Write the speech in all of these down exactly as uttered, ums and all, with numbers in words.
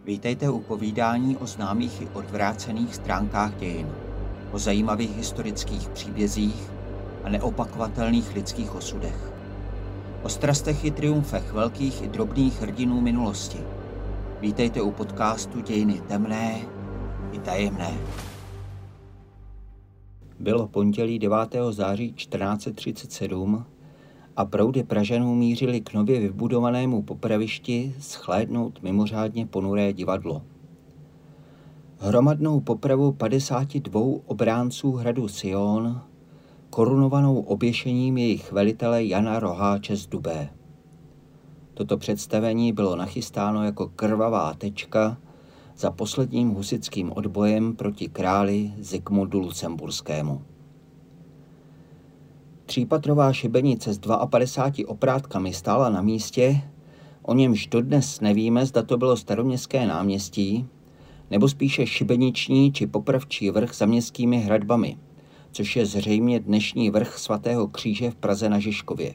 Vítejte u povídání o známých i odvrácených stránkách dějin, o zajímavých historických příbězích a neopakovatelných lidských osudech. O strastech i triumfech velkých i drobných hrdinů minulosti. Vítejte u podcastu Dějiny temné i tajemné. Bylo pondělí devátého září čtrnáct set třicet sedm a proudy Pražanů mířily k nově vybudovanému popravišti shlédnout mimořádně ponuré divadlo. Hromadnou popravu padesáti dvou obránců hradu Sion, korunovanou oběšením jejich velitele Jana Roháče z Dubé. Toto představení bylo nachystáno jako krvavá tečka za posledním husitským odbojem proti králi Zikmundu Lucemburskému. Třípatrová šibenice s padesáti dvěma oprátkami stála na místě, o němž dodnes nevíme, zda to bylo Staroměstské náměstí, nebo spíše šibeniční či popravčí vrch za městskými hradbami, což je zřejmě dnešní vrch svatého Kříže v Praze na Žižkově.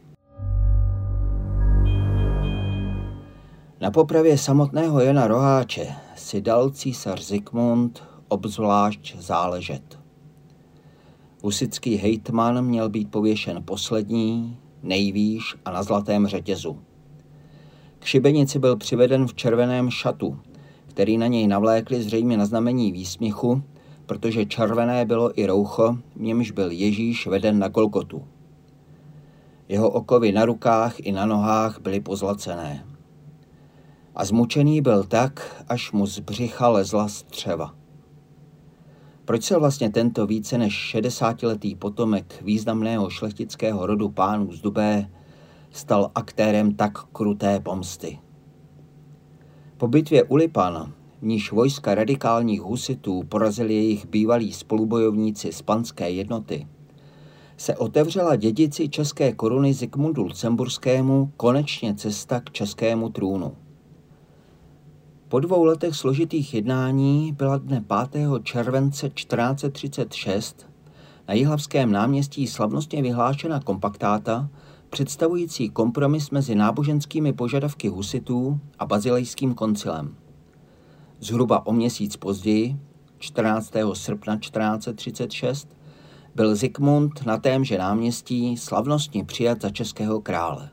Na popravě samotného Jana Roháče si dal císař Zikmund obzvlášť záležet. Husitský hejtman měl být pověšen poslední, nejvýš a na zlatém řetězu. K šibenici byl přiveden v červeném šatu, který na něj navlékli zřejmě na znamení výsměchu, protože červené bylo i roucho, v němž byl Ježíš veden na Golgotu. Jeho okovy na rukách i na nohách byly pozlacené. A zmučený byl tak, až mu z břicha lezla střeva. Proč se vlastně tento více než šedesátiletý potomek významného šlechtického rodu pánů z Dubé stal aktérem tak kruté pomsty? Po bitvě u Lipan, v níž vojska radikálních husitů porazili jejich bývalí spolubojovníci z panské jednoty, se otevřela dědici české koruny Zikmundu Lucemburskému konečně cesta k českému trůnu. Po dvou letech složitých jednání byla dne pátého července čtrnáct set třicet šest na Jihlavském náměstí slavnostně vyhlášena kompaktáta, představující kompromis mezi náboženskými požadavky husitů a bazilejským koncilem. Zhruba o měsíc později, čtrnáctého srpna čtrnáct set třicet šest, byl Zikmund na témže náměstí slavnostně přijat za českého krále.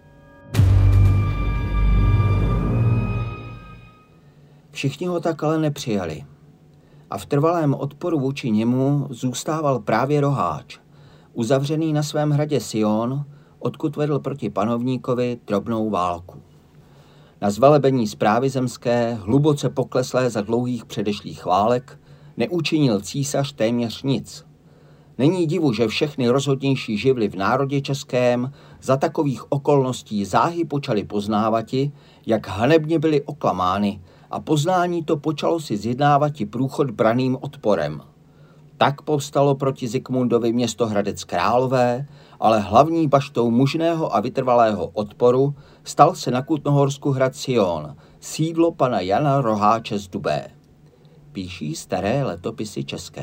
Všichni ho tak ale nepřijali. A v trvalém odporu vůči němu zůstával právě Roháč, uzavřený na svém hradě Sion, odkud vedl proti panovníkovi drobnou válku. Na zvelebení správy zemské, hluboce pokleslé za dlouhých předešlých válek, neučinil císař téměř nic. Není divu, že všechny rozhodnější živly v národě českém za takových okolností záhy počali poznávati, jak hanebně byly oklamány, a poznání to počalo si zjednávati průchod braným odporem. Tak povstalo proti Zikmundovi město Hradec Králové, ale hlavní baštou mužného a vytrvalého odporu stal se na Kutnohorsku hrad Sion, sídlo pana Jana Roháče z Dubé. Píší staré letopisy české.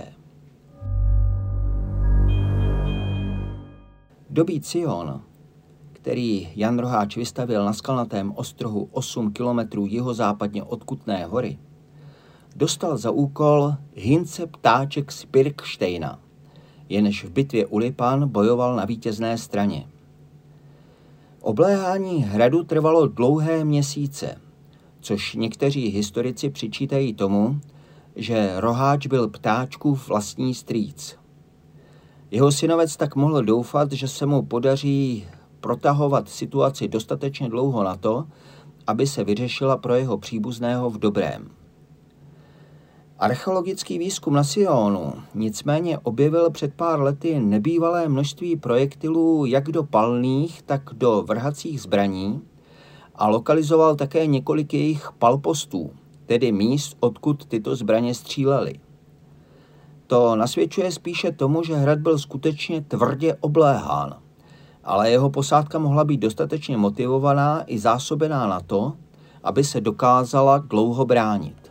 Dobít Sion, který Jan Roháč vystavěl na skalnatém ostrohu osm kilometrů jihozápadně od Kutné Hory, dostal za úkol Hynce Ptáček z Pirkštejna, jenž v bitvě u Lipan bojoval na vítězné straně. Obléhání hradu trvalo dlouhé měsíce, což někteří historici přičítají tomu, že Roháč byl Ptáčkův vlastní strýc. Jeho synovec tak mohl doufat, že se mu podaří protahovat situaci dostatečně dlouho na to, aby se vyřešila pro jeho příbuzného v dobrém. Archeologický výzkum na Sionu nicméně objevil před pár lety nebývalé množství projektilů jak do palných, tak do vrhacích zbraní a lokalizoval také několik jejich palpostů, tedy míst, odkud tyto zbraně střílely. To nasvědčuje spíše tomu, že hrad byl skutečně tvrdě obléhán, ale jeho posádka mohla být dostatečně motivovaná i zásobená na to, aby se dokázala dlouho bránit.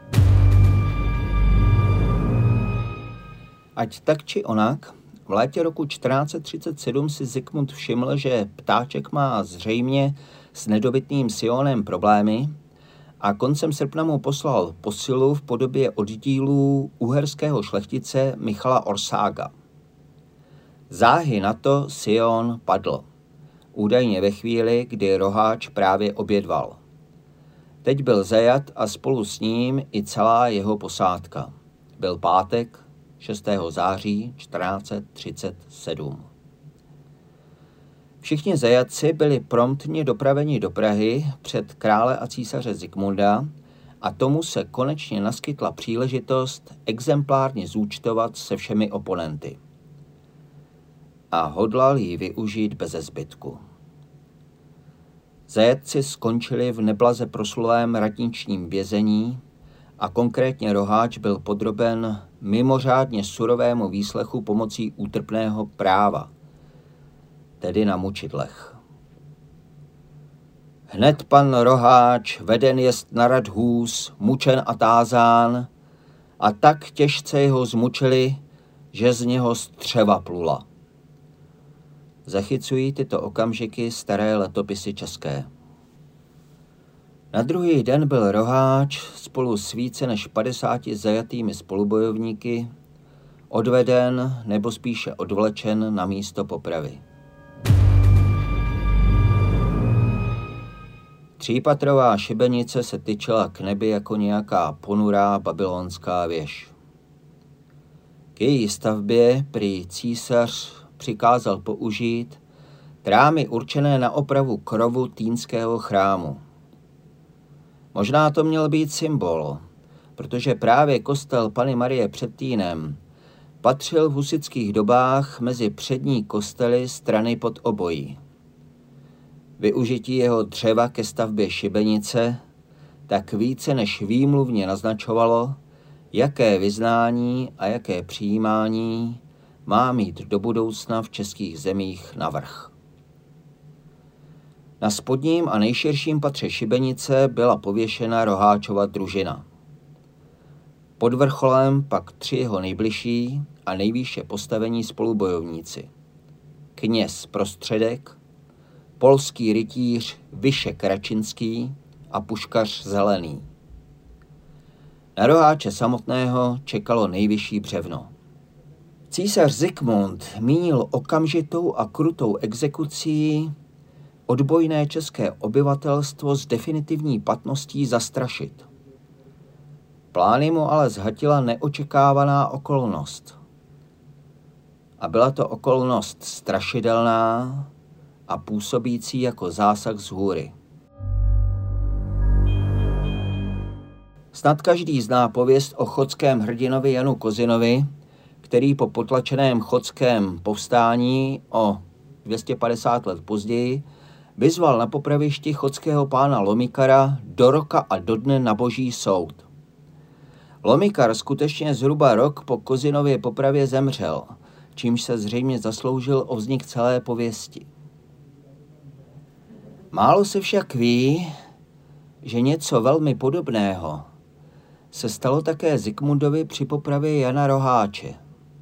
Ať tak či onak, v létě roku čtrnáct set třicet sedm si Zikmund všiml, že Ptáček má zřejmě s nedobytným Sionem problémy a koncem srpna mu poslal posilu v podobě oddílů uherského šlechtice Michala Orsága. Záhy na to Sion padl, údajně ve chvíli, kdy roháč právě obědval. Teď byl zajat a spolu s ním i celá jeho posádka. Byl pátek, šestého září čtrnáct set třicet sedm. Všichni zajatci byli promptně dopraveni do Prahy před krále a císaře Zikmunda a tomu se konečně naskytla příležitost exemplárně zúčtovat se všemi oponenty. A hodlal ji využít beze zbytku. Zajatci skončili v neblaze proslulém radničním vězení a konkrétně roháč byl podroben mimořádně surovému výslechu pomocí útrpného práva, tedy na mučidlech. Hned pan roháč veden jest na rad hůz, mučen a tázán, a tak těžce jeho zmučili, že z něho střeva plula. Zachycují tyto okamžiky staré letopisy české. Na druhý den byl roháč spolu s více než padesáti zajatými spolubojovníky odveden nebo spíše odvlečen na místo popravy. Třípatrová šibenice se tyčela k nebi jako nějaká ponurá babylonská věž. K její stavbě prý císař přikázal použít trámy určené na opravu krovu týnského chrámu. Možná to měl být symbol, protože právě kostel Panny Marie před Týnem patřil v husitských dobách mezi přední kostely strany pod obojí. Využití jeho dřeva ke stavbě šibenice tak více než výmluvně naznačovalo, jaké vyznání a jaké přijímání má mít do budoucna v českých zemích navrch. Na spodním a nejširším patře šibenice byla pověšena roháčova družina. Pod vrcholem pak tři jeho nejbližší a nejvýše postavení spolubojovníci. Kněz prostředek, polský rytíř Vyšek Račinský a puškař Zelený. Na roháče samotného čekalo nejvyšší břevno. Císař Zikmund mínil okamžitou a krutou exekucí odbojné české obyvatelstvo s definitivní platností zastrašit. Plány mu ale zhatila neočekávaná okolnost. A byla to okolnost strašidelná a působící jako zásah z hůry. Snad každý zná pověst o chodském hrdinovi Janu Kozinovi, který po potlačeném chodském povstání o dvě stě padesát let později vyzval na popravišti chodského pána Lomikara do roka a do dne na boží soud. Lomikar skutečně zhruba rok po Kozinově popravě zemřel, čímž se zřejmě zasloužil o vznik celé pověsti. Málo se však ví, že něco velmi podobného se stalo také Zikmundovi při popravě Jana Roháče.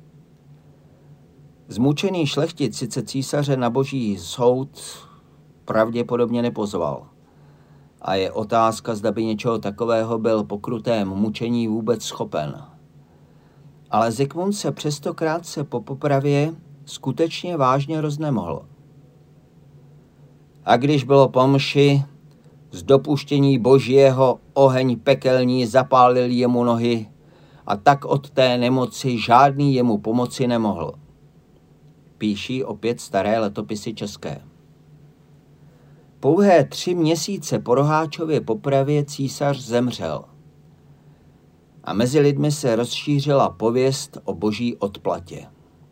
Zmučený šlechtic sice císaře na boží soud pravděpodobně nepozval. A je otázka, zda by něčeho takového byl po krutém mučení vůbec schopen. Ale Zikmund se přesto krátce po popravě skutečně vážně roznemohl. A když bylo po mši, z dopuštění božího oheň pekelní zapálil jemu nohy a tak od té nemoci žádný jemu pomoci nemohl. Píší opět staré letopisy české. Pouhé tři měsíce po Roháčově popravě císař zemřel. A mezi lidmi se rozšířila pověst o boží odplatě.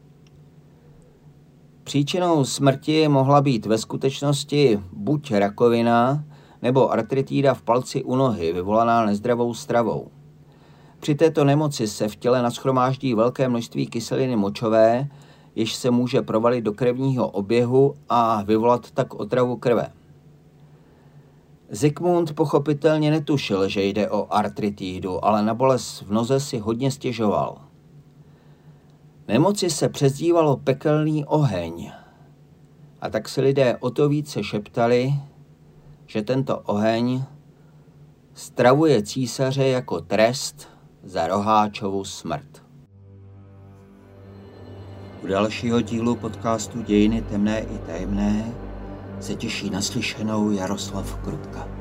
Příčinou smrti mohla být ve skutečnosti buď rakovina, nebo artritída v palci u nohy, vyvolaná nezdravou stravou. Při této nemoci se v těle nashromáždí velké množství kyseliny močové, jež se může provalit do krevního oběhu a vyvolat tak otravu krve. Zikmund pochopitelně netušil, že jde o artritídu, ale na bolest v noze si hodně stěžoval. Nemoci se přezdívalo pekelný oheň, a tak si lidé o to více šeptali, že tento oheň stravuje císaře jako trest za Roháčovu smrt. U dalšího dílu podcastu Dějiny temné i tajemné se těší naslyšenou Jaroslav Krutka.